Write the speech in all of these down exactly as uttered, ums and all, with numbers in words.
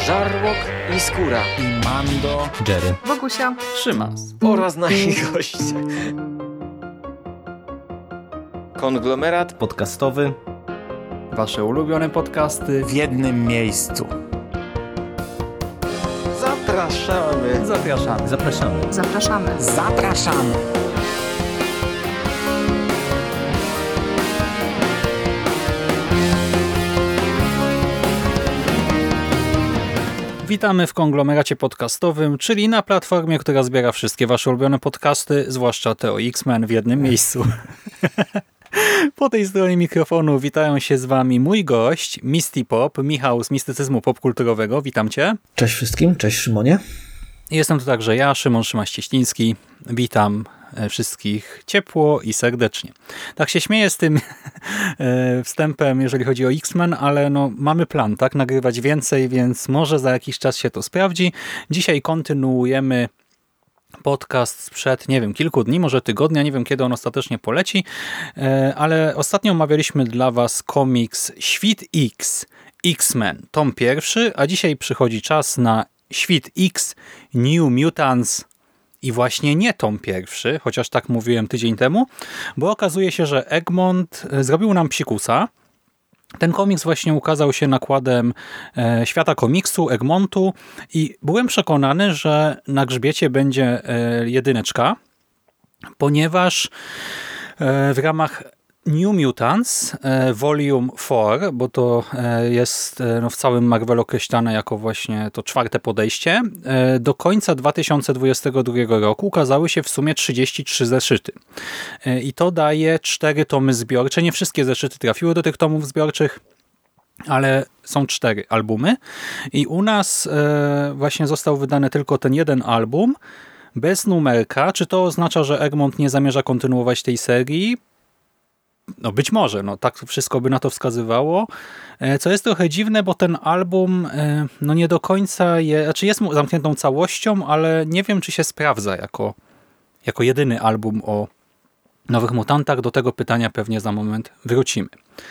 Żarłok i Skóra i Mando, Jerry, Wokusia, Szymas oraz nasi goście. Konglomerat podcastowy. Wasze ulubione podcasty w jednym miejscu. Zapraszamy. Zapraszamy. Zapraszamy. zapraszamy. Zapraszamy. Witamy w konglomeracie podcastowym, czyli na platformie, która zbiera wszystkie wasze ulubione podcasty, zwłaszcza te o X-Men w jednym miejscu. Po tej stronie mikrofonu witają się z wami mój gość, Misty Pop, Michał z mistycyzmu popkulturowego. Witam cię. Cześć wszystkim, cześć Szymonie. Jestem tu także ja, Szymon Szymaś-Cieśliński. Witam wszystkich ciepło i serdecznie. Tak się śmieję z tym wstępem, jeżeli chodzi o X-Men, ale no, mamy plan, tak? Nagrywać więcej, więc może za jakiś czas się to sprawdzi. Dzisiaj kontynuujemy podcast sprzed, nie wiem, kilku dni, może tygodnia, nie wiem kiedy on ostatecznie poleci, ale ostatnio omawialiśmy dla was komiks Świt X, X-Men, tom pierwszy, a dzisiaj przychodzi czas na Świt X, New Mutants i właśnie nie tom pierwszy, chociaż tak mówiłem tydzień temu, bo okazuje się, że Egmont zrobił nam psikusa. Ten komiks właśnie ukazał się nakładem e, Świata Komiksu, Egmontu i byłem przekonany, że na grzbiecie będzie e, jedyneczka, ponieważ e, w ramach New Mutants e, Volume cztery, bo to e, jest e, no, w całym Marvelu określane jako właśnie to czwarte podejście, e, do końca dwa tysiące dwudziestego drugiego roku ukazały się w sumie trzydzieści trzy zeszyty. E, I to daje cztery tomy zbiorcze. Nie wszystkie zeszyty trafiły do tych tomów zbiorczych, ale są cztery albumy. I u nas e, właśnie został wydany tylko ten jeden album, bez numerka. Czy to oznacza, że Egmont nie zamierza kontynuować tej serii? No być może, no tak wszystko by na to wskazywało, co jest trochę dziwne, bo ten album no nie do końca je, znaczy jest zamkniętą całością, ale nie wiem, czy się sprawdza jako, jako jedyny album o Nowych Mutantach. Do tego pytania pewnie za moment wrócimy.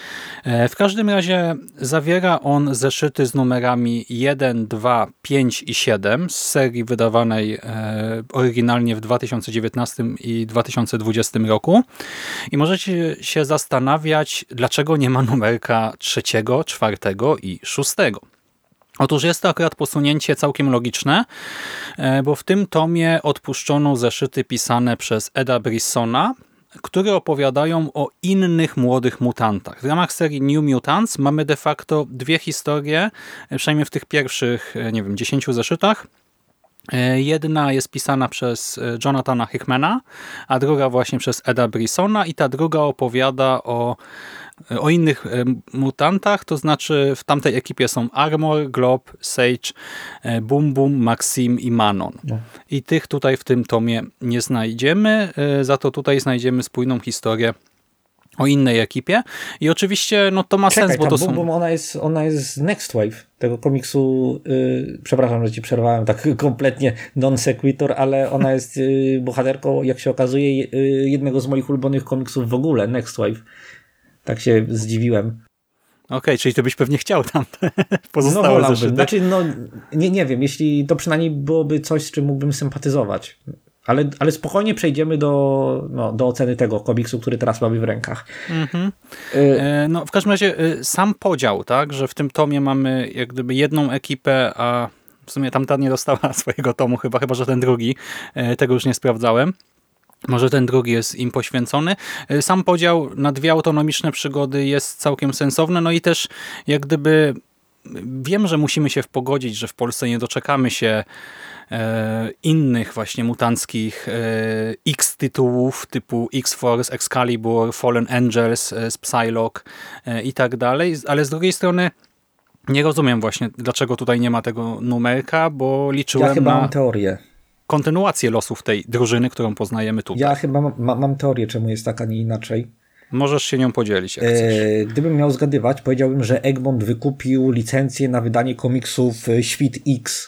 W każdym razie zawiera on zeszyty z numerami jeden, dwa, pięć i siedem z serii wydawanej e, oryginalnie w dwa tysiące dziewiętnastym i dwa tysiące dwudziestym roku. I możecie się zastanawiać, dlaczego nie ma numerka trzeciego, czwartego i szóstego. Otóż jest to akurat posunięcie całkiem logiczne, bo w tym tomie odpuszczono zeszyty pisane przez Eda Brissona, które opowiadają o innych młodych mutantach. W ramach serii New Mutants mamy de facto dwie historie, przynajmniej w tych pierwszych, nie wiem, dziesięciu zeszytach. Jedna jest pisana przez Jonathana Hickmana, a druga właśnie przez Eda Brissona i ta druga opowiada o, o innych mutantach, to znaczy w tamtej ekipie są Armor, Glob, Sage, Boom Boom, Maxim i Manon. No. I tych tutaj w tym tomie nie znajdziemy, za to tutaj znajdziemy spójną historię o innej ekipie i oczywiście no to ma Czekaj, sens, bo to Boom, są... Boom, ona jest, ona jest z Next Wave, tego komiksu, yy, przepraszam, że ci przerwałem tak kompletnie non sequitur, ale ona jest yy, bohaterką, jak się okazuje, yy, jednego z moich ulubionych komiksów w ogóle, Next Wave. Tak się zdziwiłem. Okej, okay, czyli to byś pewnie chciał tam pozostałe no, zeszyty. Znaczy, no, nie, nie wiem, jeśli to przynajmniej byłoby coś, z czym mógłbym sympatyzować. Ale, ale spokojnie przejdziemy do, no, do oceny tego komiksu, który teraz mamy w rękach. Mm-hmm. y- no, w każdym razie y, sam podział, tak, że w tym tomie mamy jak gdyby jedną ekipę, a w sumie tamta nie dostała swojego tomu chyba, chyba że ten drugi, y, tego już nie sprawdzałem. Może ten drugi jest im poświęcony. Sam podział na dwie autonomiczne przygody jest całkiem sensowny, no i też jak gdyby wiem, że musimy się pogodzić, że w Polsce nie doczekamy się e, innych właśnie mutanckich e, X tytułów typu X-Force, Excalibur, Fallen Angels, e, Psylocke e, i tak dalej, ale z drugiej strony nie rozumiem właśnie, dlaczego tutaj nie ma tego numerka, bo liczyłem ja chyba na... mam teorię. kontynuację losów tej drużyny, którą poznajemy tutaj. Ja chyba ma, ma, mam teorię, czemu jest tak, a nie inaczej. Możesz się nią podzielić, jak chcesz. E, gdybym miał zgadywać, powiedziałbym, że Egmont wykupił licencję na wydanie komiksów Świt X.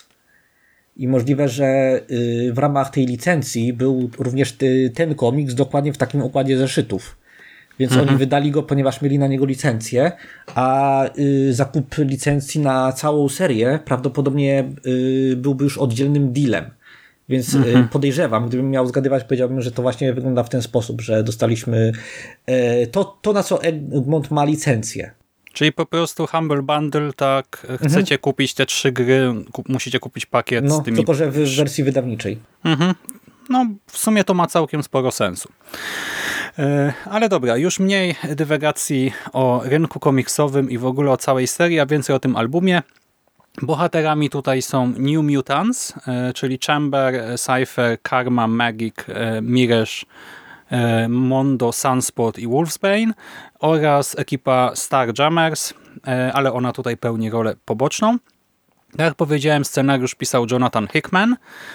I możliwe, że w ramach tej licencji był również ten komiks dokładnie w takim układzie zeszytów. Więc Mhm. oni wydali go, ponieważ mieli na niego licencję, a y, zakup licencji na całą serię prawdopodobnie y, byłby już oddzielnym dealem. Więc Mhm. y, podejrzewam, gdybym miał zgadywać, powiedziałbym, że to właśnie wygląda w ten sposób, że dostaliśmy y, to, to, na co Egmont ma licencję. Czyli po prostu Humble Bundle, tak, chcecie Mhm. kupić te trzy gry, kup, musicie kupić pakiet No, z tymi... tylko że w wersji wydawniczej. Mhm. No, w sumie to ma całkiem sporo sensu. E, Ale dobra, już mniej dywagacji o rynku komiksowym i w ogóle o całej serii, a więcej o tym albumie. Bohaterami tutaj są New Mutants, e, czyli Chamber, Cypher, Karma, Magic, e, Mirage, e, Mondo, Sunspot i Wolfsbane oraz ekipa Starjammers, e, ale ona tutaj pełni rolę poboczną. Tak jak powiedziałem, scenariusz pisał Jonathan Hickman,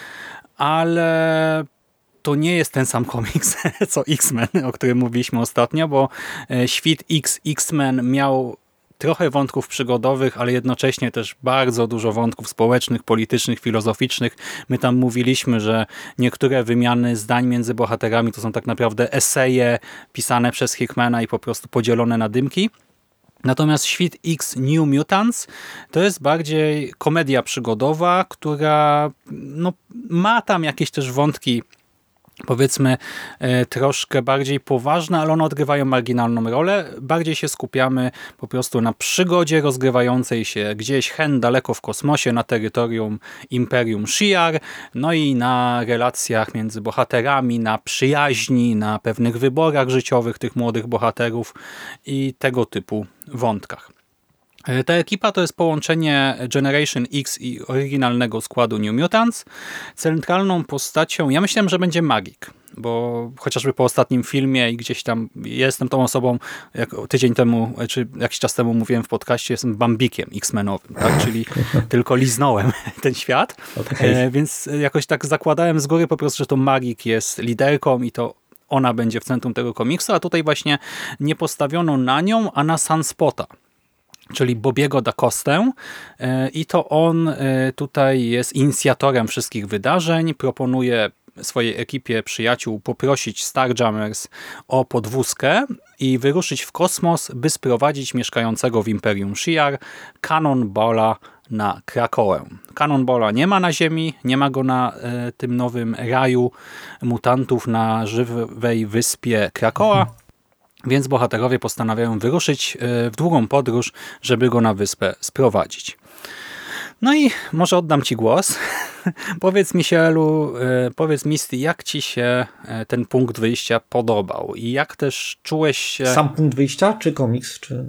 ale to nie jest ten sam komiks co X-Men, o którym mówiliśmy ostatnio, bo e, Świt X X-Men miał trochę wątków przygodowych, ale jednocześnie też bardzo dużo wątków społecznych, politycznych, filozoficznych. My tam mówiliśmy, że niektóre wymiany zdań między bohaterami to są tak naprawdę eseje pisane przez Hickmana i po prostu podzielone na dymki. Natomiast Świt X New Mutants to jest bardziej komedia przygodowa, która no, ma tam jakieś też wątki, powiedzmy e, troszkę bardziej poważne, ale one odgrywają marginalną rolę. Bardziej się skupiamy po prostu na przygodzie rozgrywającej się gdzieś hen daleko w kosmosie na terytorium Imperium Shi'ar, no i na relacjach między bohaterami, na przyjaźni, na pewnych wyborach życiowych tych młodych bohaterów i tego typu wątkach. Ta ekipa to jest połączenie Generation X i oryginalnego składu New Mutants. Centralną postacią, ja myślałem, że będzie Magic, bo chociażby po ostatnim filmie i gdzieś tam jestem tą osobą, jak tydzień temu, czy jakiś czas temu mówiłem w podcaście, jestem Bambikiem X-Menowym, tak? Czyli tylko liznąłem ten świat, Okay. e, więc jakoś tak zakładałem z góry po prostu, że to Magic jest liderką i to ona będzie w centrum tego komiksu, a tutaj właśnie nie postawiono na nią, a na Sunspota, czyli Bobiego da Costę i to on tutaj jest inicjatorem wszystkich wydarzeń, proponuje swojej ekipie przyjaciół poprosić Starjammers o podwózkę i wyruszyć w kosmos, by sprowadzić mieszkającego w Imperium Shi'ar Cannonballa na Krakoę. Cannonballa nie ma na Ziemi, nie ma go na e, tym nowym raju mutantów na żywej wyspie Krakoa, więc bohaterowie postanawiają wyruszyć w długą podróż, żeby go na wyspę sprowadzić. No i może oddam Ci głos. Powiedz mi, Sielu, powiedz Misty, jak Ci się ten punkt wyjścia podobał i jak też czułeś się... Sam punkt wyjścia, czy komiks, czy...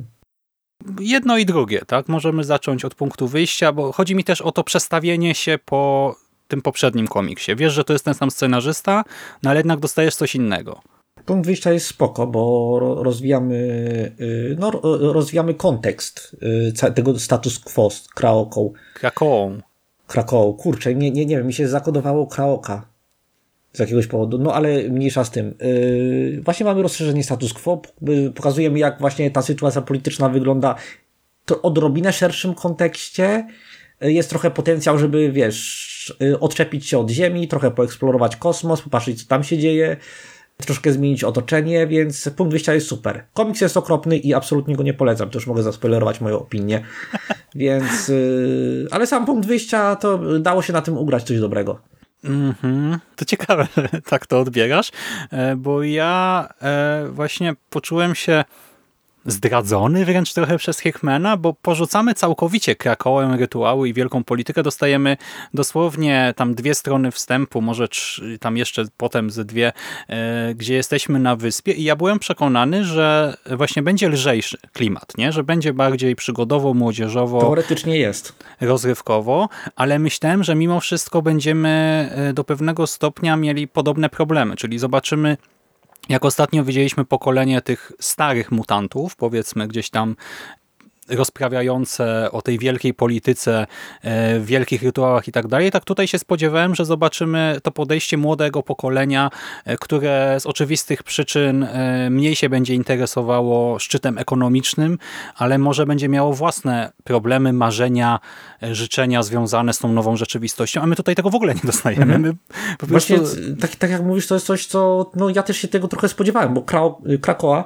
Jedno i drugie, tak? Możemy zacząć od punktu wyjścia, bo chodzi mi też o to przestawienie się po tym poprzednim komiksie. Wiesz, że to jest ten sam scenarzysta, no ale jednak dostajesz coś innego. Punkt wyjścia jest spoko, bo rozwijamy, no, rozwijamy kontekst tego status quo z Kraoką. Krakoą. Krakoą. Kurczę, nie, nie, nie wiem, mi się zakodowało Kraoka z jakiegoś powodu, no ale mniejsza z tym. Właśnie mamy rozszerzenie status quo, pokazujemy, jak właśnie ta sytuacja polityczna wygląda to odrobinę szerszym kontekście. Jest trochę potencjał, żeby, wiesz, odczepić się od Ziemi, trochę poeksplorować kosmos, popatrzeć, co tam się dzieje, troszkę zmienić otoczenie, więc punkt wyjścia jest super. Komiks jest okropny i absolutnie go nie polecam, to już mogę zaspoilerować moją opinię. Więc, yy, ale sam punkt wyjścia, to dało się na tym ugrać coś dobrego. Mm-hmm. To ciekawe, że tak to odbierasz, bo ja właśnie poczułem się zdradzony wręcz trochę przez Hickmana, bo porzucamy całkowicie Krakołę, rytuały i wielką politykę. Dostajemy dosłownie tam dwie strony wstępu, może trzy, tam jeszcze potem ze dwie, e, gdzie jesteśmy na wyspie i ja byłem przekonany, że właśnie będzie lżejszy klimat, nie? Że będzie bardziej przygodowo, młodzieżowo. Teoretycznie jest. Rozrywkowo, ale myślałem, że mimo wszystko będziemy do pewnego stopnia mieli podobne problemy, czyli zobaczymy, jak ostatnio widzieliśmy pokolenie tych starych mutantów, powiedzmy gdzieś tam rozprawiające o tej wielkiej polityce, e, wielkich rytuałach i tak dalej, tak tutaj się spodziewałem, że zobaczymy to podejście młodego pokolenia, e, które z oczywistych przyczyn e, mniej się będzie interesowało szczytem ekonomicznym, ale może będzie miało własne problemy, marzenia, e, życzenia związane z tą nową rzeczywistością, a my tutaj tego w ogóle nie dostajemy. Mhm. My po prostu... Właśnie, tak, tak jak mówisz, to jest coś, co no ja też się tego trochę spodziewałem, bo Kra- Krakoa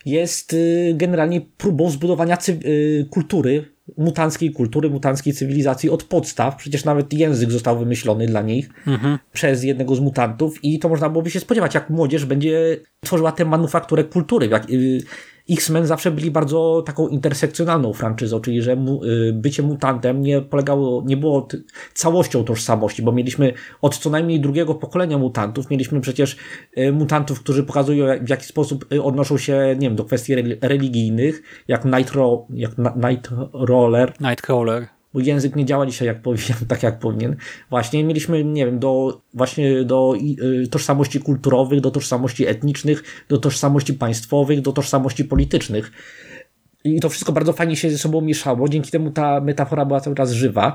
jest generalnie próbą zbudowania cy- kultury, mutanckiej kultury, mutanckiej cywilizacji od podstaw. Przecież nawet język został wymyślony dla nich mhm. przez jednego z mutantów i to można byłoby się spodziewać, jak młodzież będzie tworzyła tę manufakturę kultury. Jak, X-Men zawsze byli bardzo taką intersekcjonalną franczyzą, czyli że mu, bycie mutantem nie polegało, nie było t- całością tożsamości, bo mieliśmy od co najmniej drugiego pokolenia mutantów, mieliśmy przecież y, mutantów, którzy pokazują jak, w jaki sposób y, odnoszą się, nie wiem, do kwestii re- religijnych, jak Nightro, jak na, Nightcrawler. Nightcrawler. Bo język nie działa dzisiaj jak powinien, tak jak powinien. Właśnie mieliśmy, nie wiem, do właśnie do y, tożsamości kulturowych, do tożsamości etnicznych, do tożsamości państwowych, do tożsamości politycznych. I to wszystko bardzo fajnie się ze sobą mieszało, dzięki temu ta metafora była cały czas żywa.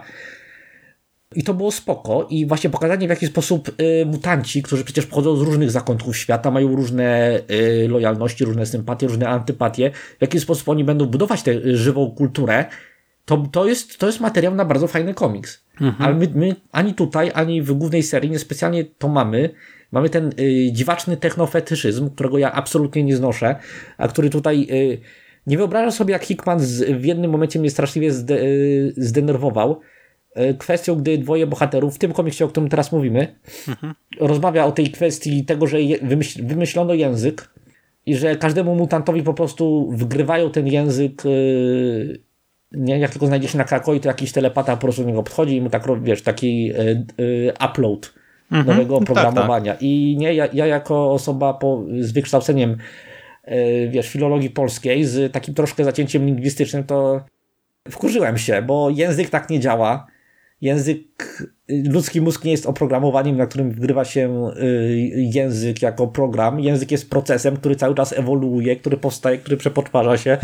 I to było spoko. I właśnie pokazanie, w jaki sposób y, mutanci, którzy przecież pochodzą z różnych zakątków świata, mają różne y, lojalności, różne sympatie, różne antypatie, w jaki sposób oni będą budować tę y, żywą kulturę, To, to, jest, to jest materiał na bardzo fajny komiks. Mhm. Ale my, my ani tutaj, ani w głównej serii niespecjalnie to mamy. Mamy ten y, dziwaczny technofetyszyzm, którego ja absolutnie nie znoszę, a który tutaj... Y, nie wyobrażam sobie, jak Hickman z, w jednym momencie mnie straszliwie zde, y, zdenerwował y, kwestią, gdy dwoje bohaterów, w tym komiksie, o którym teraz mówimy, mhm. rozmawia o tej kwestii tego, że je, wymyśl, wymyślono język i że każdemu mutantowi po prostu wgrywają ten język... Y, Nie, jak tylko znajdzie się na Krakoi, to jakiś telepata po prostu niego podchodzi i mu tak, wiesz, taki y, y, upload mhm, nowego oprogramowania. Tak, tak. I nie, ja, ja jako osoba po, z wykształceniem y, wiesz, filologii polskiej, z takim troszkę zacięciem lingwistycznym, to wkurzyłem się, bo język tak nie działa. Język, ludzki mózg nie jest oprogramowaniem, na którym wgrywa się y, język jako program. Język jest procesem, który cały czas ewoluuje, który powstaje, który przepodparza się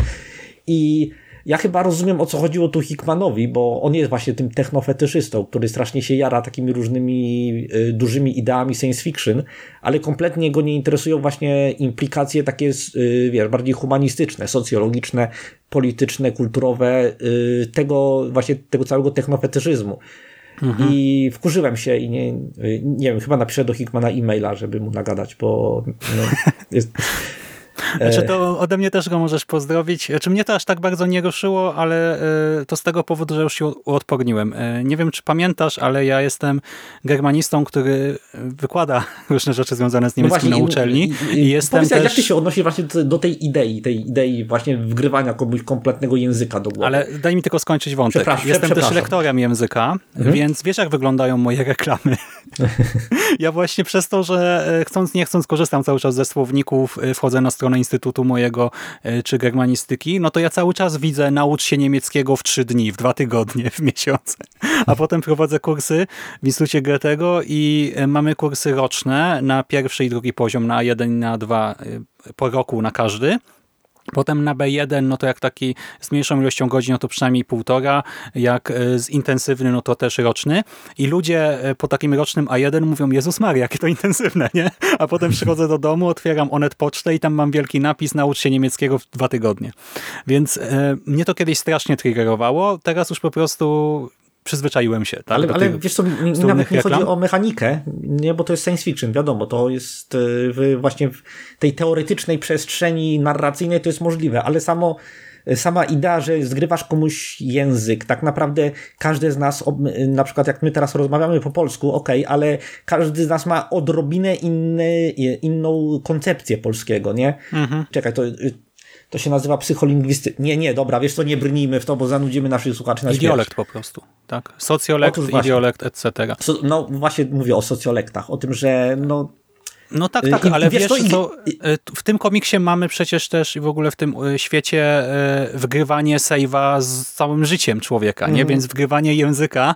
i ja chyba rozumiem, o co chodziło tu Hickmanowi, bo on jest właśnie tym technofetyszystą, który strasznie się jara takimi różnymi y, dużymi ideami science fiction, ale kompletnie go nie interesują właśnie implikacje takie, y, wiesz, bardziej humanistyczne, socjologiczne, polityczne, kulturowe, y, tego właśnie tego całego technofetyszyzmu. Mhm. I wkurzyłem się i nie, nie wiem, chyba napiszę do Hickmana e-maila, żeby mu nagadać, bo no, jest... Znaczy to ode mnie też go możesz pozdrowić. Znaczy mnie to aż tak bardzo nie ruszyło, ale to z tego powodu, że już się uodporniłem. Nie wiem, czy pamiętasz, ale ja jestem germanistą, który wykłada różne rzeczy związane z niemieckim no właśnie, na uczelni. I, i, i jestem powiedz, też... jak ty się odnosisz właśnie do tej idei, tej idei właśnie wgrywania komuś kompletnego języka do głowy? Ale daj mi tylko skończyć wątek. Przepraszam, jestem przepraszam. też lektorem języka, mhm. więc wiesz, jak wyglądają moje reklamy. Ja właśnie przez to, że chcąc nie chcąc korzystam cały czas ze słowników, wchodzę na stronę instytutu mojego czy germanistyki, no to ja cały czas widzę naucz się niemieckiego w trzy dni, w dwa tygodnie, w miesiąc. A potem prowadzę kursy w Instytucie Goethego i mamy kursy roczne na pierwszy i drugi poziom, na jeden i na dwa po roku na każdy. Potem na B jeden, no to jak taki z mniejszą ilością godzin, no to przynajmniej półtora, jak z intensywny, no to też roczny. I ludzie po takim rocznym A jeden mówią, Jezus Maria, jakie to intensywne, nie? A potem przychodzę do domu, otwieram Onet pocztę i tam mam wielki napis, naucz się niemieckiego w dwa tygodnie. Więc e, mnie to kiedyś strasznie triggerowało, teraz już po prostu... przyzwyczaiłem się. Tak, ale ale tych, wiesz co, mi nawet nie chodzi o mechanikę, nie, bo to jest science fiction, wiadomo, to jest w, właśnie w tej teoretycznej przestrzeni narracyjnej to jest możliwe, ale samo, sama idea, że zgrywasz komuś język, tak naprawdę każdy z nas, na przykład jak my teraz rozmawiamy po polsku, okej, okay, ale każdy z nas ma odrobinę inny, inną koncepcję polskiego, nie? Mhm. Czekaj, to... To się nazywa psycholingwisty. Nie, nie, dobra, wiesz co, nie brnijmy w to, bo zanudzimy naszych słuchaczy na śmierć. Ideolekt po prostu, tak? Socjolekt, ideolekt, et cetera. So, no właśnie mówię o socjolektach, o tym, że no... No tak, tak, ale wiesz, wiesz co, w tym komiksie mamy przecież też i w ogóle w tym świecie wgrywanie save'a z całym życiem człowieka, nie? Mm. Więc wgrywanie języka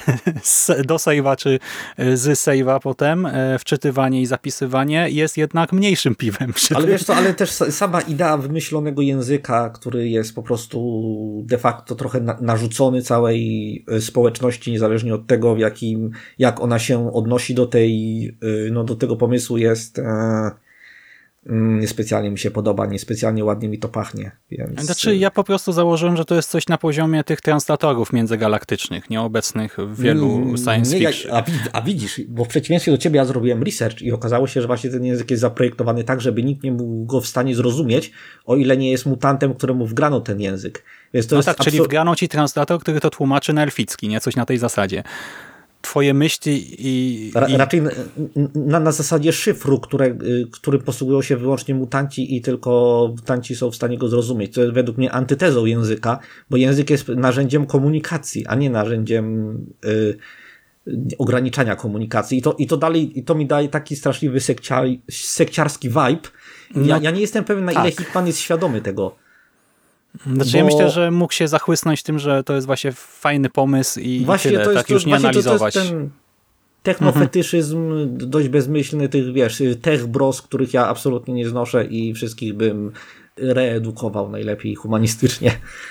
do save'a czy z save'a potem, wczytywanie i zapisywanie jest jednak mniejszym piwem. Ale wiesz co, ale też sama idea wymyślonego języka, który jest po prostu de facto trochę narzucony całej społeczności, niezależnie od tego, w jakim, jak ona się odnosi do tej, no do tego pomysłu, jest mm, niespecjalnie mi się podoba, niespecjalnie ładnie mi to pachnie. Więc... Znaczy ja po prostu założyłem, że to jest coś na poziomie tych translatorów międzygalaktycznych, nieobecnych w wielu Mm, science nie, fiction. ja, a, wi- a widzisz, bo w przeciwieństwie do ciebie ja zrobiłem research i okazało się, że właśnie ten język jest zaprojektowany tak, żeby nikt nie był go w stanie zrozumieć, o ile nie jest mutantem, któremu wgrano ten język. Więc to No jest tak, czyli absol- wgrano ci translator, który to tłumaczy na elficki, nie? Coś na tej zasadzie. Twoje myśli i... Ra- i... raczej na, na zasadzie szyfru, które, y, którym posługują się wyłącznie mutanci i tylko mutanci są w stanie go zrozumieć. To jest według mnie antytezą języka, bo język jest narzędziem komunikacji, a nie narzędziem y, ograniczania komunikacji. I to, i to dalej, i to mi daje taki straszliwy sekciar, sekciarski vibe. Ja, No, ja nie jestem pewien, na ile tak. Hickman jest świadomy tego. Znaczy bo- ja myślę, że mógł się zachłysnąć tym, że to jest właśnie fajny pomysł i Właśnie tyle, to jest, tak to, już nie właśnie to, to analizować. jest ten technofetyszyzm dość bezmyślny tych, wiesz, tech bros, których ja absolutnie nie znoszę i wszystkich bym reedukował najlepiej humanistycznie.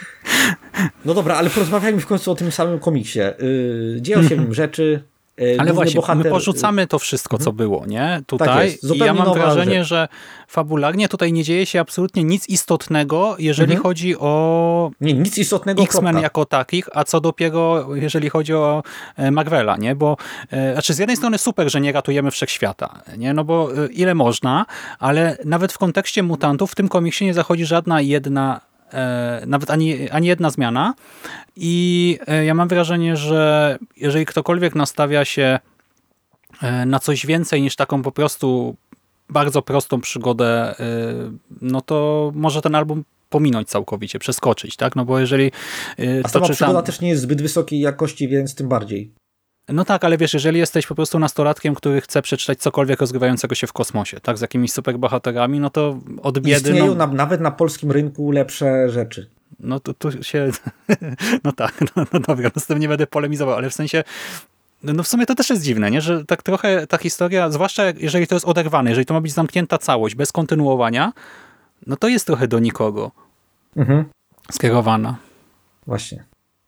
No dobra, ale porozmawiajmy w końcu o tym samym komiksie. Yy, dzieją się w nim rzeczy. Yy, Ale główny właśnie, bohater... my porzucamy to wszystko, co było, nie? Tutaj. Tak jest, I zupełnie ja mam nowa wrażenie, rzecz. że fabularnie tutaj nie dzieje się absolutnie nic istotnego, jeżeli Mhm. chodzi o Nie, nic istotnego, X-Men kropka. jako takich, a co dopiero jeżeli chodzi o e, Marvela, nie? Bo e, znaczy z jednej strony super, że nie ratujemy wszechświata, nie? No bo e, ile można, ale nawet w kontekście mutantów w tym komiksie nie zachodzi żadna jedna e, nawet ani, ani jedna zmiana i e, ja mam wrażenie, że jeżeli ktokolwiek nastawia się e, na coś więcej niż taką po prostu bardzo prostą przygodę, e, no to może ten album pominąć całkowicie, przeskoczyć, tak? No bo jeżeli e, A to sama czytam... przygoda też nie jest zbyt wysokiej jakości, więc tym bardziej. No tak, ale wiesz, jeżeli jesteś po prostu nastolatkiem, który chce przeczytać cokolwiek rozgrywającego się w kosmosie, tak, z jakimiś superbohaterami, no to od biedy... Istnieją No, na, nawet na polskim rynku lepsze rzeczy. no to tu się... No tak, no, no dobra, no z tym nie będę polemizował, ale w sensie... No w sumie to też jest dziwne, nie? Że tak trochę ta historia, zwłaszcza jeżeli to jest oderwane, jeżeli to ma być zamknięta całość, bez kontynuowania, no to jest trochę do nikogo Mhm. skierowana. Właśnie.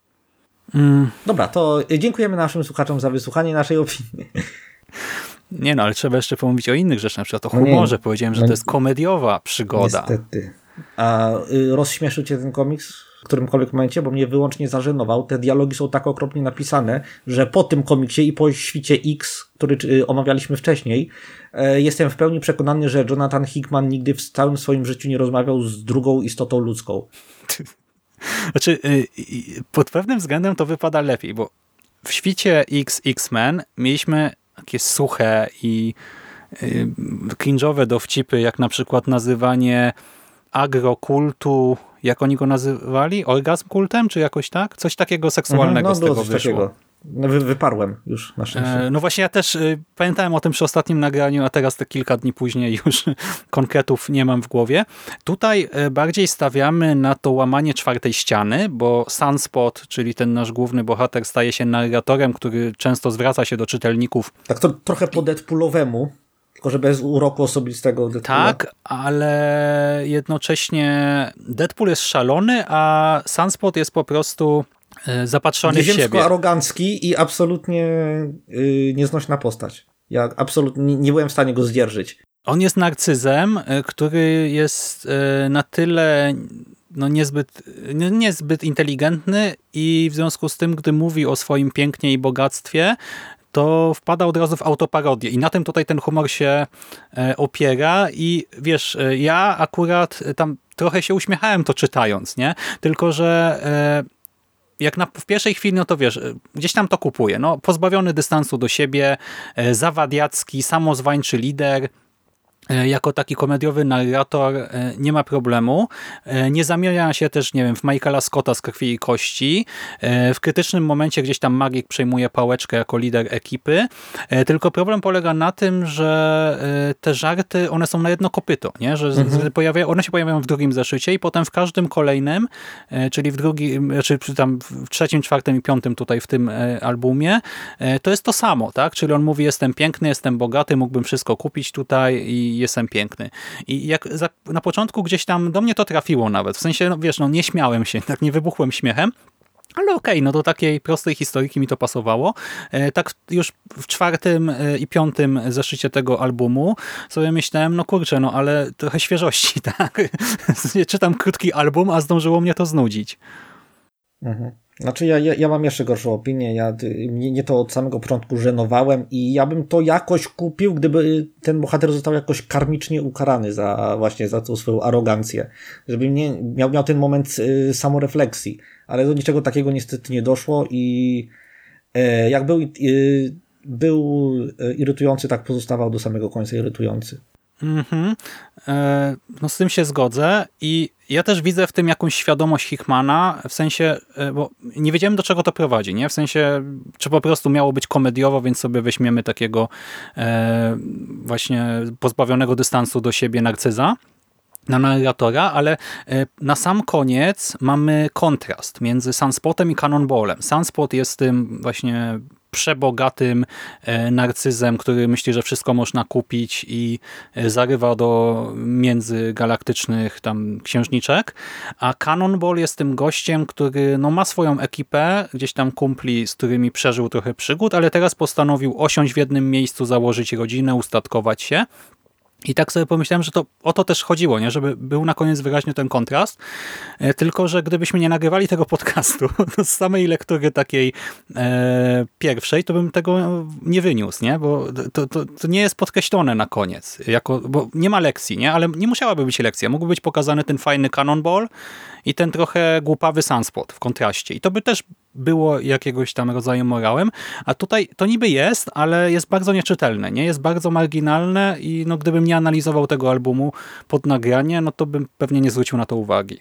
Mm. Dobra, to dziękujemy naszym słuchaczom za wysłuchanie naszej opinii. Nie no, ale trzeba jeszcze pomówić o innych rzeczach, na przykład o No nie, humorze. Powiedziałem, że no to jest komediowa przygoda. Niestety. A y, rozśmieszył cię ten komiks w którymkolwiek momencie, bo mnie wyłącznie zażenował. Te dialogi są tak okropnie napisane, że po tym komiksie i po Świcie X, który y, omawialiśmy wcześniej, y, jestem w pełni przekonany, że Jonathan Hickman nigdy w całym swoim życiu nie rozmawiał z drugą istotą ludzką. Znaczy, y, y, pod pewnym względem to wypada lepiej, bo w Świcie X X-Men mieliśmy takie suche i y, cringe'owe dowcipy, jak na przykład nazywanie agrokultu, jak oni go nazywali? Orgazm kultem, czy jakoś tak? Coś takiego seksualnego no, z było tego coś wyszło. takiego. No, wy, wyparłem już na szczęście. E, no właśnie ja też y, pamiętałem o tym przy ostatnim nagraniu, a teraz te kilka dni później już konkretów nie mam w głowie. Tutaj y, bardziej stawiamy na to łamanie czwartej ściany, bo Sunspot, czyli ten nasz główny bohater, staje się narratorem, który często zwraca się do czytelników. Tak to trochę po Deadpoolowemu, tylko że bez uroku osobistego Deadpoola. Tak, ale jednocześnie Deadpool jest szalony, a Sunspot jest po prostu y, zapatrzony w siebie. Nieziemsko-arogancki i absolutnie yy, nieznośna postać. Ja absolutnie nie, nie byłem w stanie go zdzierżyć. On jest narcyzem, y, który jest y, na tyle no niezbyt, nie- niezbyt inteligentny i w związku z tym, gdy mówi o swoim pięknie i bogactwie, to wpada od razu w autoparodię. I na tym tutaj ten humor się e, opiera i wiesz, e, ja akurat tam trochę się uśmiechałem to czytając, nie? Tylko, że e, jak na, w pierwszej chwili, no to wiesz, e, gdzieś tam to kupuję. No, pozbawiony dystansu do siebie, e, zawadiacki, samozwańczy lider, e, jako taki komediowy narrator e, nie ma problemu. E, Nie zamienia się też, nie wiem, w Michaela Scotta z Krwi i Kości. E, W krytycznym momencie gdzieś tam Magik przejmuje pałeczkę jako lider ekipy. E, Tylko problem polega na tym, że e, te żarty, one są na jedno kopyto, nie? Że z- z- pojawia, one się pojawiają w drugim zeszycie i potem w każdym kolejnym, e, czyli w drugim, czy tam w trzecim, czwartym i piątym tutaj w tym e, albumie, e, to jest to samo, tak? Czyli on mówi, jestem piękny, jestem bogaty, mógłbym wszystko kupić tutaj i jestem piękny. I jak za, na początku gdzieś tam do mnie to trafiło nawet, w sensie, no wiesz, no nie śmiałem się, tak nie wybuchłem śmiechem, Ale okej, no do takiej prostej historyjki mi to pasowało. E, tak już w czwartym e, i piątym zeszycie tego albumu sobie myślałem, no kurczę, no ale trochę świeżości, tak? Czytam krótki album, a zdążyło mnie to znudzić. Mhm. Znaczy ja, ja, ja mam jeszcze gorszą opinię, ja, mnie, mnie to od samego początku żenowałem i ja bym to jakoś kupił, gdyby ten bohater został jakoś karmicznie ukarany za właśnie za tą swoją arogancję, żeby nie, miał, miał ten moment y, samorefleksji, ale do niczego takiego niestety nie doszło i y, jak był, y, był irytujący, tak pozostawał do samego końca irytujący. Mhm. E, no z tym się zgodzę i ja też widzę w tym jakąś świadomość Hickmana, w sensie, e, bo nie wiedziałem do czego to prowadzi, nie? W sensie, czy po prostu miało być komediowo, więc sobie weźmiemy takiego e, właśnie pozbawionego dystansu do siebie narcyza na narratora, ale na sam koniec mamy kontrast między Sunspotem i Cannonballem. Sunspot jest tym właśnie przebogatym narcyzem, który myśli, że wszystko można kupić i zarywa do międzygalaktycznych tam księżniczek, a Cannonball jest tym gościem, który no, ma swoją ekipę, gdzieś tam kumpli, z którymi przeżył trochę przygód, ale teraz postanowił osiąść w jednym miejscu, założyć rodzinę, ustatkować się. I tak sobie pomyślałem, że to o to też chodziło, nie? Żeby był na koniec wyraźnie ten kontrast, tylko że gdybyśmy nie nagrywali tego podcastu to z samej lektury takiej e, pierwszej, to bym tego nie wyniósł, nie? Bo to, to, to nie jest podkreślone na koniec, jako, bo nie ma lekcji, nie? Ale nie musiałaby być lekcja, mógłby być pokazany ten fajny Cannonball i ten trochę głupawy Sunspot w kontraście. I to by też było jakiegoś tam rodzaju morałem, a tutaj to niby jest, ale jest bardzo nieczytelne, nie? Jest bardzo marginalne i no, gdybym nie analizował tego albumu pod nagranie, no to bym pewnie nie zwrócił na to uwagi.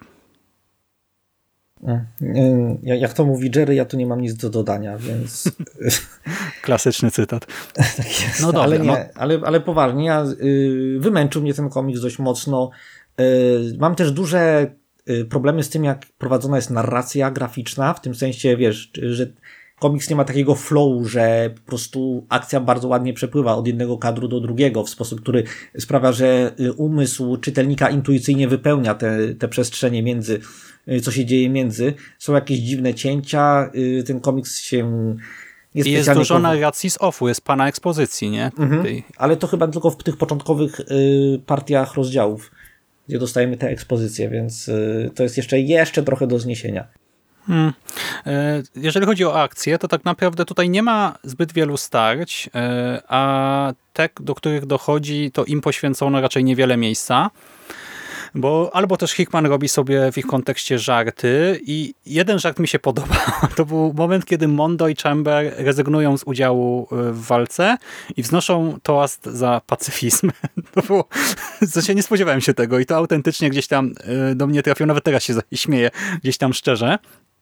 Jak to mówi Jerry, ja tu nie mam nic do dodania, więc... Klasyczny cytat. Tak jest. No dobra, ale, nie, no. ale, ale poważnie, ja, y, wymęczył mnie ten komiks dość mocno. Y, mam też duże problemy z tym, jak prowadzona jest narracja graficzna, w tym sensie, wiesz, że komiks nie ma takiego flow, że po prostu akcja bardzo ładnie przepływa od jednego kadru do drugiego w sposób, który sprawia, że umysł czytelnika intuicyjnie wypełnia te, te przestrzenie między, co się dzieje między. Są jakieś dziwne cięcia, ten komiks się... Jest, jest dużo narracji z offu, jest pana ekspozycji, nie? Mhm, ale to chyba tylko w tych początkowych y, partiach rozdziałów, gdzie dostajemy te ekspozycje, więc y, to jest jeszcze, jeszcze trochę do zniesienia. Hmm. Jeżeli chodzi o akcję, to tak naprawdę tutaj nie ma zbyt wielu starć, a te, do których dochodzi, to im poświęcono raczej niewiele miejsca. Bo albo też Hickman robi sobie w ich kontekście żarty i jeden żart mi się podobał. To był moment, kiedy Mondo i Chamber rezygnują z udziału w walce i wznoszą toast za pacyfizm. To było, w sensie nie spodziewałem się tego i to autentycznie gdzieś tam do mnie trafiło, nawet teraz się śmieję, gdzieś tam szczerze.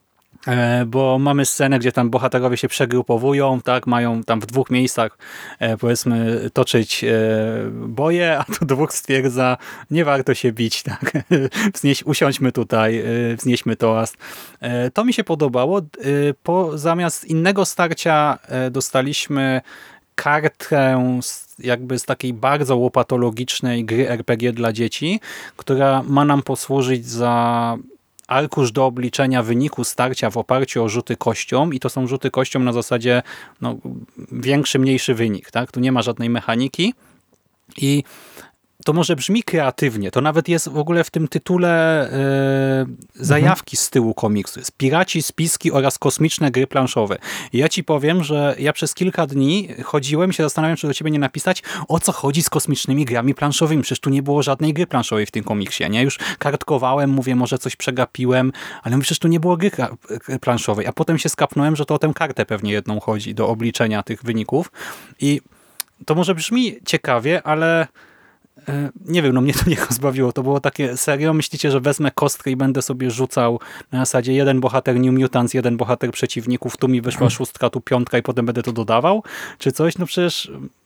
Bo mamy scenę, gdzie tam bohaterowie się przegrupowują, tak, mają tam w dwóch miejscach e, powiedzmy toczyć e, boje, a tu dwóch stwierdza, nie warto się bić, tak, wznieś, usiądźmy tutaj, e, wznieśmy toast. E, to mi się podobało. E, po, zamiast innego starcia e, dostaliśmy kartę z, jakby z takiej bardzo łopatologicznej gry er pe gie dla dzieci, która ma nam posłużyć za arkusz do obliczenia wyniku starcia w oparciu o rzuty kością i to są rzuty kością na zasadzie no, większy, mniejszy wynik. Tak? Tu nie ma żadnej mechaniki i to może brzmi kreatywnie. To nawet jest w ogóle w tym tytule yy, zajawki z tyłu komiksu. Jest Piraci, spiski oraz kosmiczne gry planszowe. I ja ci powiem, że ja przez kilka dni chodziłem i się zastanawiam, czy do ciebie nie napisać, o co chodzi z kosmicznymi grami planszowymi. Przecież tu nie było żadnej gry planszowej w tym komiksie. Nie? Już kartkowałem, mówię, może coś przegapiłem, ale przecież tu nie było gry planszowej. A potem się skapnąłem, że to o tę kartę pewnie jedną chodzi do obliczenia tych wyników. I to może brzmi ciekawie, ale nie wiem, no mnie to nie rozbawiło. To było takie, serio? Myślicie, że wezmę kostkę i będę sobie rzucał na zasadzie jeden bohater New Mutants, jeden bohater przeciwników, tu mi wyszła szóstka, tu piątka i potem będę to dodawał? Czy coś? No przecież...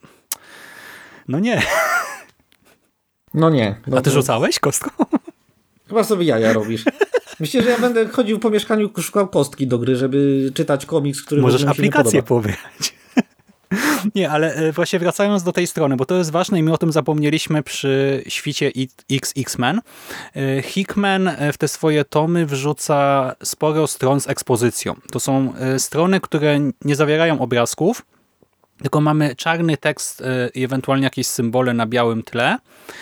No nie. No nie. No A ty to... rzucałeś kostką? Chyba sobie jaja robisz. Myślę, że ja będę chodził po mieszkaniu, szukał kostki do gry, żeby czytać komiks, który możesz mi się aplikację nie podoba. pobrać. Nie, ale właśnie wracając do tej strony, bo to jest ważne i my o tym zapomnieliśmy przy świcie X X-Men. Hickman w te swoje tomy wrzuca sporo stron z ekspozycją. To są strony, które nie zawierają obrazków, tylko mamy czarny tekst i ewentualnie jakieś symbole na białym tle.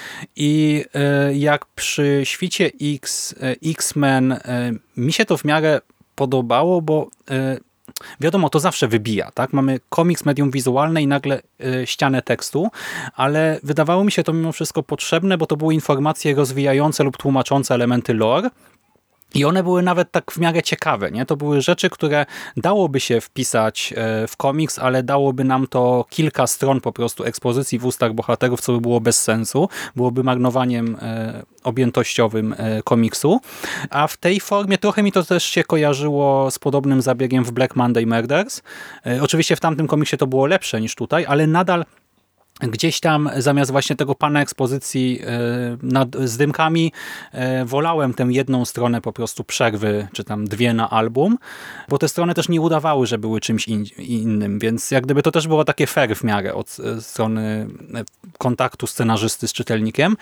I jak przy świcie X, X-Men mi się to w miarę podobało, bo wiadomo, to zawsze wybija, tak? Mamy komiks, medium wizualne i nagle y, ścianę tekstu, ale wydawało mi się to mimo wszystko potrzebne, bo to były informacje rozwijające lub tłumaczące elementy lore. I one były nawet tak w miarę ciekawe, nie? To były rzeczy, które dałoby się wpisać w komiks, ale dałoby nam to kilka stron po prostu ekspozycji w ustach bohaterów, co by było bez sensu. Byłoby marnowaniem objętościowym komiksu. A w tej formie trochę mi to też się kojarzyło z podobnym zabiegiem w Black Monday Murders. Oczywiście w tamtym komiksie to było lepsze niż tutaj, ale nadal gdzieś tam zamiast właśnie tego pana ekspozycji nad, z dymkami wolałem tę jedną stronę po prostu przerwy, czy tam dwie na album, bo te strony też nie udawały, że były czymś in, innym, więc jak gdyby to też było takie fair w miarę od strony kontaktu scenarzysty z czytelnikiem,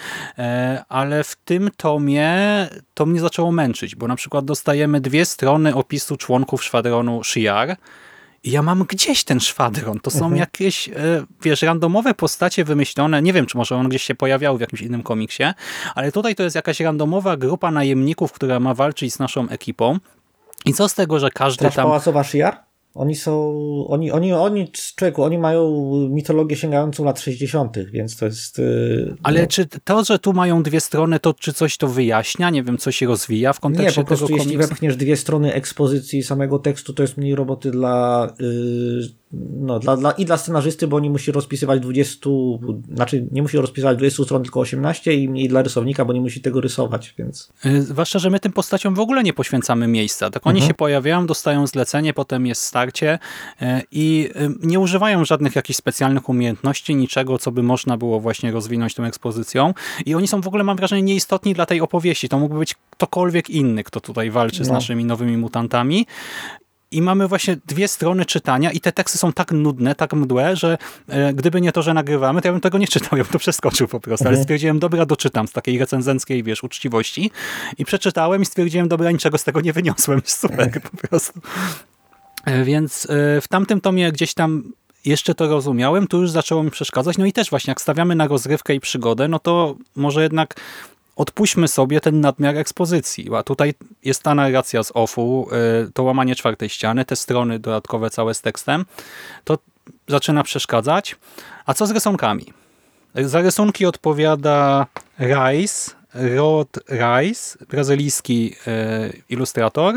ale w tym tomie to mnie zaczęło męczyć, bo na przykład dostajemy dwie strony opisu członków szwadronu Shi'ar. I ja mam gdzieś ten szwadron. To są mhm. jakieś, wiesz, randomowe postacie wymyślone. Nie wiem, czy może on gdzieś się pojawiał w jakimś innym komiksie, ale tutaj to jest jakaś randomowa grupa najemników, która ma walczyć z naszą ekipą. I co z tego, że każdy Straż tam... Pałacowa Shi'ar? Oni są, oni, oni, oni, człowieku, oni mają mitologię sięgającą lat sześćdziesiątych, więc to jest... Yy, Ale no. czy to, że tu mają dwie strony, to czy coś to wyjaśnia? Nie wiem, coś się rozwija w kontekście Nie, po prostu tego jeśli komiksu? wepchniesz dwie strony ekspozycji samego tekstu, to jest mniej roboty dla, yy, no, dla, dla i dla scenarzysty, bo oni musi rozpisywać dwadzieścia, znaczy nie musi rozpisywać dwadzieścia stron, tylko osiemnaście, i mniej dla rysownika, bo nie musi tego rysować, więc... Yy, zwłaszcza, że my tym postaciom w ogóle nie poświęcamy miejsca. Tak oni mhm. się pojawiają, dostają zlecenie, potem jest starcie yy, i yy, nie używają żadnych jakichś specjalnych umiejętności, niczego, co by można było właśnie rozwinąć tą ekspozycją. I oni są w ogóle, mam wrażenie, nieistotni dla tej opowieści. To mógłby być ktokolwiek inny, kto tutaj walczy z no. naszymi nowymi mutantami. I mamy właśnie dwie strony czytania i te teksty są tak nudne, tak mdłe, że e, gdyby nie to, że nagrywamy, to ja bym tego nie czytał, ja bym to przeskoczył po prostu. Mhm. Ale stwierdziłem, dobra, doczytam z takiej recenzenckiej, wiesz, uczciwości. I przeczytałem i stwierdziłem, dobra, niczego z tego nie wyniosłem. Super, po prostu. E, więc e, w tamtym tomie gdzieś tam jeszcze to rozumiałem, tu już zaczęło mi przeszkadzać. No i też właśnie, jak stawiamy na rozrywkę i przygodę, no to może jednak odpuśćmy sobie ten nadmiar ekspozycji. A tutaj jest ta narracja z offu, to łamanie czwartej ściany, te strony dodatkowe całe z tekstem. To zaczyna przeszkadzać. A co z rysunkami? Za rysunki odpowiada Rice, Rod Rice, brazylijski ilustrator.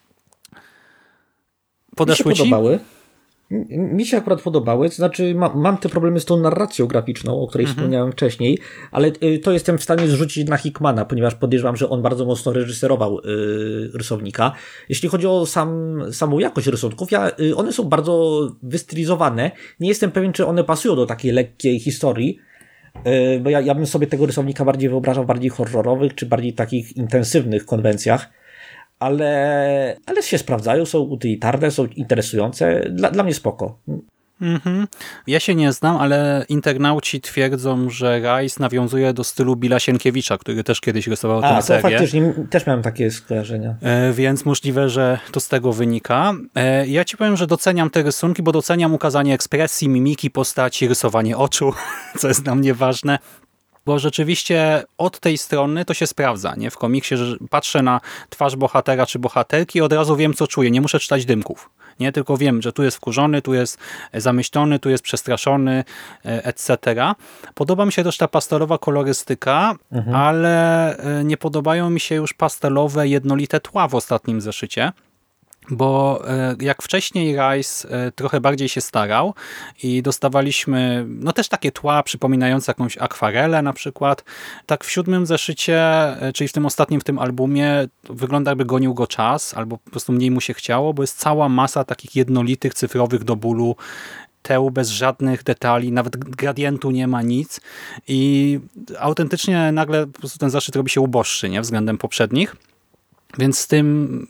Podeszły Mi się ci? podobały. Mi się akurat podobały, to znaczy ma, mam te problemy z tą narracją graficzną, o której mhm. wspomniałem wcześniej, ale y, to jestem w stanie zrzucić na Hickmana, ponieważ podejrzewam, że on bardzo mocno reżyserował y, rysownika. Jeśli chodzi o sam, samą jakość rysunków, ja, y, one są bardzo wystylizowane. Nie jestem pewien, czy one pasują do takiej lekkiej historii, y, bo ja, ja bym sobie tego rysownika bardziej wyobrażał w bardziej horrorowych, czy bardziej takich intensywnych konwencjach. Ale, ale się sprawdzają, są utylitarne, są interesujące. Dla, dla mnie spoko. Mm-hmm. Ja się nie znam, ale internauci twierdzą, że Rice nawiązuje do stylu Billa Sienkiewicza, który też kiedyś rysował tę A, serię. to faktycznie też miałem takie skojarzenia. E, więc możliwe, że to z tego wynika. E, ja ci powiem, że doceniam te rysunki, bo doceniam ukazanie ekspresji, mimiki postaci, rysowanie oczu, co jest dla mnie ważne. Bo rzeczywiście od tej strony to się sprawdza, nie? W komiksie, że patrzę na twarz bohatera czy bohaterki i od razu wiem, co czuję. Nie muszę czytać dymków, nie? Tylko wiem, że tu jest wkurzony, tu jest zamyślony, tu jest przestraszony, et cetera. Podoba mi się też ta pastelowa kolorystyka, mhm. ale nie podobają mi się już pastelowe, jednolite tła w ostatnim zeszycie. Bo jak wcześniej Rice trochę bardziej się starał i dostawaliśmy no też takie tła przypominające jakąś akwarelę na przykład, tak w siódmym zeszycie, czyli w tym ostatnim w tym albumie wygląda, jakby gonił go czas, albo po prostu mniej mu się chciało, bo jest cała masa takich jednolitych, cyfrowych do bólu teł bez żadnych detali, nawet gradientu nie ma, nic i autentycznie nagle po prostu ten zeszyt robi się uboższy, nie? Względem poprzednich. Więc z tym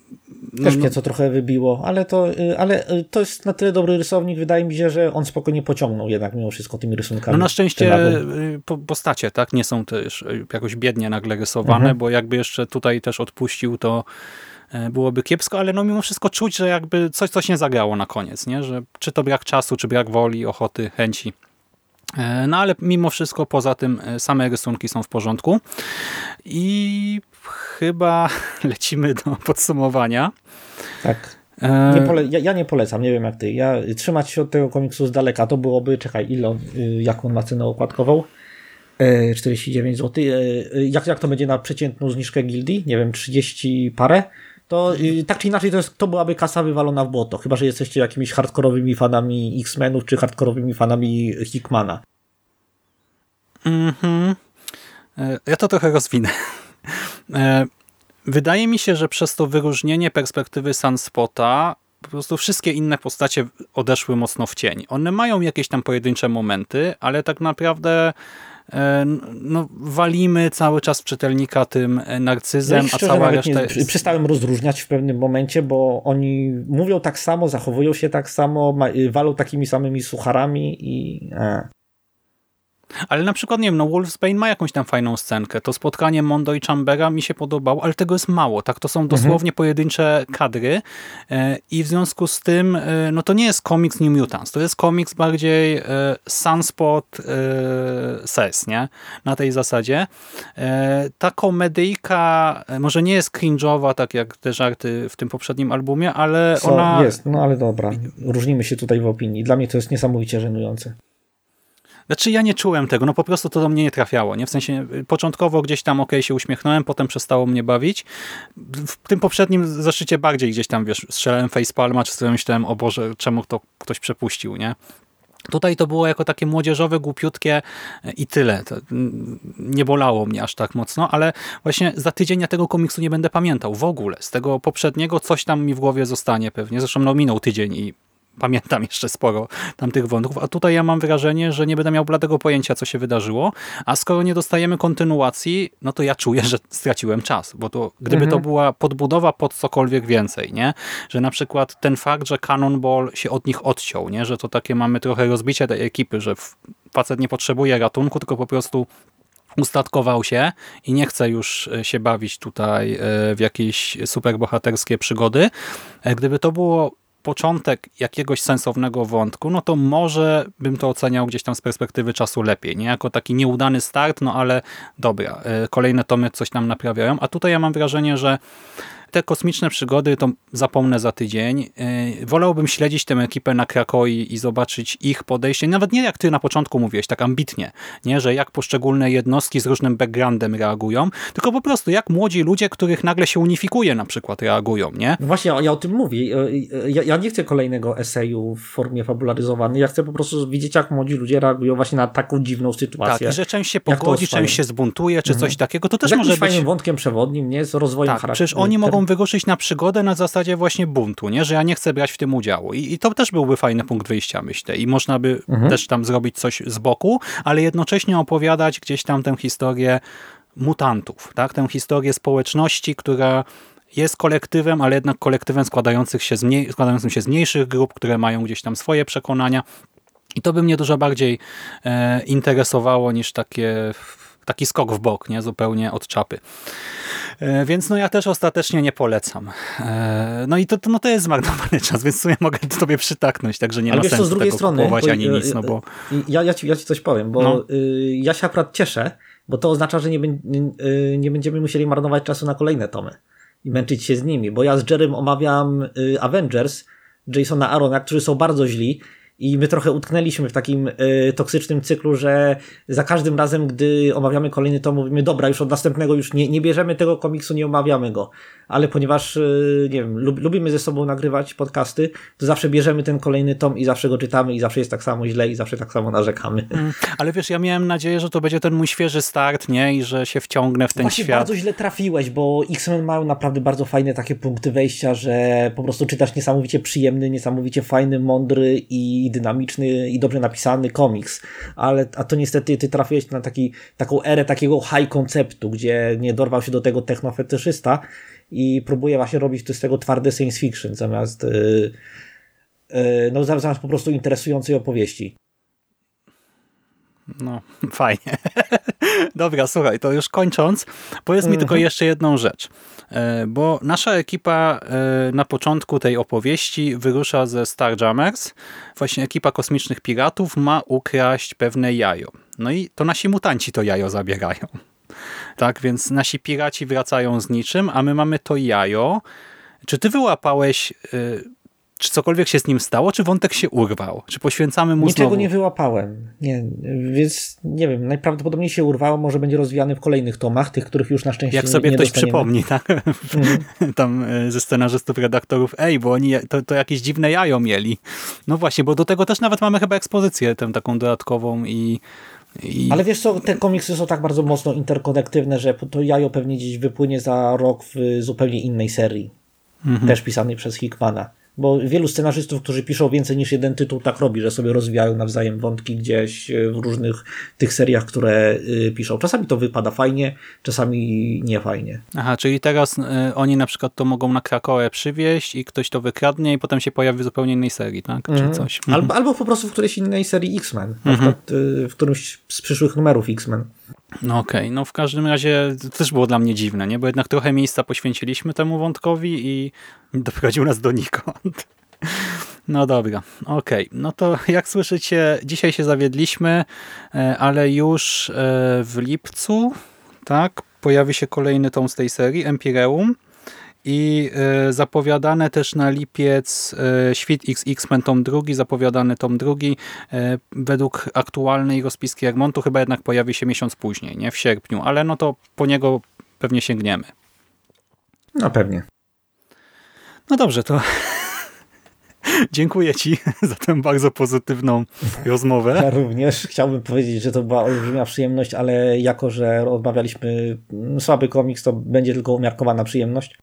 Też no, mnie co trochę wybiło, ale to, ale to jest na tyle dobry rysownik, wydaje mi się, że on spokojnie pociągnął jednak mimo wszystko tymi rysunkami. No na szczęście po, postacie, tak, nie są też jakoś biednie nagle rysowane, mhm. bo jakby jeszcze tutaj też odpuścił, to byłoby kiepsko, ale no mimo wszystko czuć, że jakby coś, coś nie zagrało na koniec, nie? Że czy to brak czasu, czy brak woli, ochoty, chęci. No ale mimo wszystko poza tym same rysunki są w porządku i chyba lecimy do podsumowania. Tak. Nie pole- ja, ja nie polecam, nie wiem jak ty. Ja trzymać się od tego komiksu z daleka, to byłoby, czekaj, ile on, jak on ma cenę okładkową? czterdzieści dziewięć złotych. Jak, jak to będzie na przeciętną zniżkę gildii? Nie wiem, trzydzieści parę? To tak czy inaczej to, jest, to byłaby kasa wywalona w błoto. Chyba że jesteście jakimiś hardkorowymi fanami X-Menów czy hardkorowymi fanami Hickmana. Mhm. Ja to trochę rozwinę. Wydaje mi się, że przez to wyróżnienie perspektywy Sunspota po prostu wszystkie inne postacie odeszły mocno w cień. One mają jakieś tam pojedyncze momenty, ale tak naprawdę no, walimy cały czas czytelnika tym narcyzem, no a cała reszta... Nie, przestałem rozróżniać w pewnym momencie, bo oni mówią tak samo, zachowują się tak samo, walą takimi samymi sucharami i... A. Ale na przykład, nie wiem, no Wolfsbane ma jakąś tam fajną scenkę. To spotkanie Mondo i Chambera mi się podobało, ale tego jest mało. Tak, to są dosłownie mhm. pojedyncze kadry i w związku z tym no to nie jest komiks New Mutants. To jest komiks bardziej Sunspot S E S, nie? Na tej zasadzie. Ta komedyjka może nie jest cringe'owa, tak jak te żarty w tym poprzednim albumie, ale Co, ona... Jest, no ale dobra. Różnimy się tutaj w opinii. Dla mnie to jest niesamowicie żenujące. Znaczy ja nie czułem tego, no po prostu to do mnie nie trafiało, nie? W sensie początkowo gdzieś tam okej, się uśmiechnąłem, potem przestało mnie bawić. W tym poprzednim zeszycie bardziej gdzieś tam, wiesz, strzelałem facepalma, czy sobie myślałem, o Boże, czemu to ktoś przepuścił, nie? Tutaj to było jako takie młodzieżowe, głupiutkie i tyle. To nie bolało mnie aż tak mocno, ale właśnie za tydzień ja tego komiksu nie będę pamiętał w ogóle. Z tego poprzedniego coś tam mi w głowie zostanie pewnie. Zresztą no minął tydzień i pamiętam jeszcze sporo tamtych wątków, a tutaj ja mam wrażenie, że nie będę miał bladego pojęcia, co się wydarzyło, a skoro nie dostajemy kontynuacji, no to ja czuję, że straciłem czas, bo to gdyby mhm. to była podbudowa pod cokolwiek więcej, nie? Że na przykład ten fakt, że Cannonball się od nich odciął, nie? Że to takie mamy trochę rozbicie tej ekipy, że facet nie potrzebuje ratunku, tylko po prostu ustatkował się i nie chce już się bawić tutaj w jakieś superbohaterskie przygody. Gdyby to było początek jakiegoś sensownego wątku, no to może bym to oceniał gdzieś tam z perspektywy czasu lepiej, nie? Jako taki nieudany start, no ale dobra, kolejne tomy coś tam naprawiają, a tutaj ja mam wrażenie, że te kosmiczne przygody to zapomnę za tydzień. Wolałbym śledzić tę ekipę na Krakoi i zobaczyć ich podejście. Nawet nie jak ty na początku mówiłeś, tak ambitnie, nie, że jak poszczególne jednostki z różnym backgroundem reagują, tylko po prostu jak młodzi ludzie, których nagle się unifikuje na przykład reagują, nie? No właśnie, ja o tym mówię. Ja, ja nie chcę kolejnego eseju w formie fabularyzowanej. Ja chcę po prostu widzieć, jak młodzi ludzie reagują właśnie na taką dziwną sytuację. Tak, że część się pogodzi, część się zbuntuje, czy mhm. coś takiego. To też może być fajnym wątkiem przewodnim, nie? Z rozwojem tak, charakteru. Przecież oni mogą wyruszyć na przygodę na zasadzie właśnie buntu, nie? Że ja nie chcę brać w tym udziału. I, i to też byłby fajny punkt wyjścia, myślę. I można by mhm. też tam zrobić coś z boku, ale jednocześnie opowiadać gdzieś tam tę historię mutantów, tak? Tę historię społeczności, która jest kolektywem, ale jednak kolektywem składających się z mniej, składającym się z mniejszych grup, które mają gdzieś tam swoje przekonania. I to by mnie dużo bardziej e, interesowało niż takie taki skok w bok, nie? Zupełnie od czapy. E, więc no ja też ostatecznie nie polecam. E, no i to, to, no to jest zmarnowany czas, więc w sumie mogę tobie przytaknąć, także nie ale ma wiesz, sensu co, z drugiej tego strony, kupować bo, ani nic, no bo... Ja, ja, ci, ja ci coś powiem, bo no. y, ja się akurat cieszę, bo to oznacza, że nie, y, nie będziemy musieli marnować czasu na kolejne tomy i męczyć się z nimi, bo ja z Jerrym omawiam y, Avengers, Jasona Aarona, którzy są bardzo źli i my trochę utknęliśmy w takim y, toksycznym cyklu, że za każdym razem, gdy omawiamy kolejny tom, mówimy, dobra, już od następnego już nie, nie bierzemy tego komiksu, nie omawiamy go. Ale ponieważ, y, nie wiem, lub, lubimy ze sobą nagrywać podcasty, to zawsze bierzemy ten kolejny tom i zawsze go czytamy i zawsze jest tak samo źle i zawsze tak samo narzekamy. Mm, ale wiesz, ja miałem nadzieję, że to będzie ten mój świeży start, nie? I że się wciągnę w ten Właśnie świat. Bardzo źle trafiłeś, bo X-Men mają naprawdę bardzo fajne takie punkty wejścia, że po prostu czytasz niesamowicie przyjemny, niesamowicie fajny, mądry i dynamiczny i dobrze napisany komiks, ale a to niestety ty trafiłeś na taki, taką erę takiego high konceptu, gdzie nie dorwał się do tego technofetyszysta i próbuje właśnie robić to z tego twarde science fiction zamiast yy, yy, no zamiast po prostu interesującej opowieści. No, fajnie. Dobra, słuchaj, to już kończąc, powiedz mi Mhm. tylko jeszcze jedną rzecz, E, bo nasza ekipa e, na początku tej opowieści wyrusza ze Starjammers. Właśnie ekipa kosmicznych piratów ma ukraść pewne jajo. No i to nasi mutanci to jajo zabierają. Tak, więc nasi piraci wracają z niczym, a my mamy to jajo. Czy ty wyłapałeś, y, czy cokolwiek się z nim stało, czy wątek się urwał? Czy poświęcamy mu Niczego znowu? nie wyłapałem. Nie, więc nie wiem, najprawdopodobniej się urwało, może będzie rozwijany w kolejnych tomach, tych, których już na szczęście Jak nie, sobie nie ktoś dostaniemy. przypomni, tak? Mhm. Tam y, ze scenarzystów, redaktorów, ej, bo oni to, to jakieś dziwne jajo mieli. No właśnie, bo do tego też nawet mamy chyba ekspozycję tę taką dodatkową i I... Ale wiesz co, te komiksy są tak bardzo mocno interkonektywne, że to jajo pewnie gdzieś wypłynie za rok w zupełnie innej serii. Mhm. Też pisanej przez Hickmana. Bo wielu scenarzystów, którzy piszą więcej niż jeden tytuł, tak robi, że sobie rozwijają nawzajem wątki gdzieś w różnych tych seriach, które piszą. Czasami to wypada fajnie, czasami nie fajnie. Aha, czyli teraz y, oni na przykład to mogą na Krakowę przywieźć i ktoś to wykradnie i potem się pojawi w zupełnie innej serii, tak? Czy Mhm. coś. Albo, Mhm. albo po prostu w którejś innej serii X-Men. Na Mhm. przykład y, w którymś z przyszłych numerów X-Men. No okej, okay. No w każdym razie to też było dla mnie dziwne, nie? Bo jednak trochę miejsca poświęciliśmy temu wątkowi i doprowadził nas donikąd. No dobra, okej. Okay. No to jak słyszycie, dzisiaj się zawiedliśmy, ale już w lipcu, tak, pojawi się kolejny tom z tej serii, Empyreum. I y, zapowiadane też na lipiec y, Świt X X-Men tom drugi, zapowiadany tom drugi. Y, według aktualnej rozpiski Egmontu chyba jednak pojawi się miesiąc później, nie? W sierpniu, ale no to po niego pewnie sięgniemy. No pewnie. No dobrze, to dziękuję Ci za tę bardzo pozytywną rozmowę. Ja również chciałbym powiedzieć, że to była olbrzymia przyjemność, ale jako, że rozmawialiśmy słaby komiks, to będzie tylko umiarkowana przyjemność.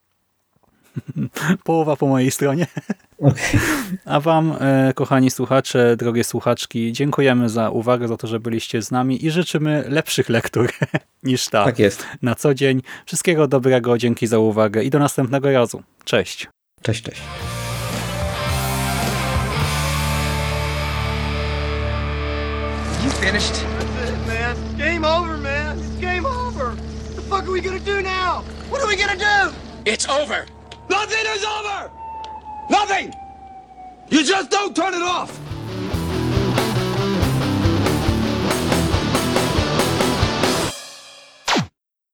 Połowa po mojej stronie. Okay. A wam, kochani słuchacze, drogie słuchaczki, dziękujemy za uwagę, za to, że byliście z nami i życzymy lepszych lektur niż ta Tak jest. na co dzień. Wszystkiego dobrego, dzięki za uwagę i do następnego razu. Cześć. Cześć, cześć. You finished? That's it, man. Game over, man. It's game over. What the fuck are we gonna do now? What are we gonna do? It's over. Nothing is over! Nothing! You just don't turn it off!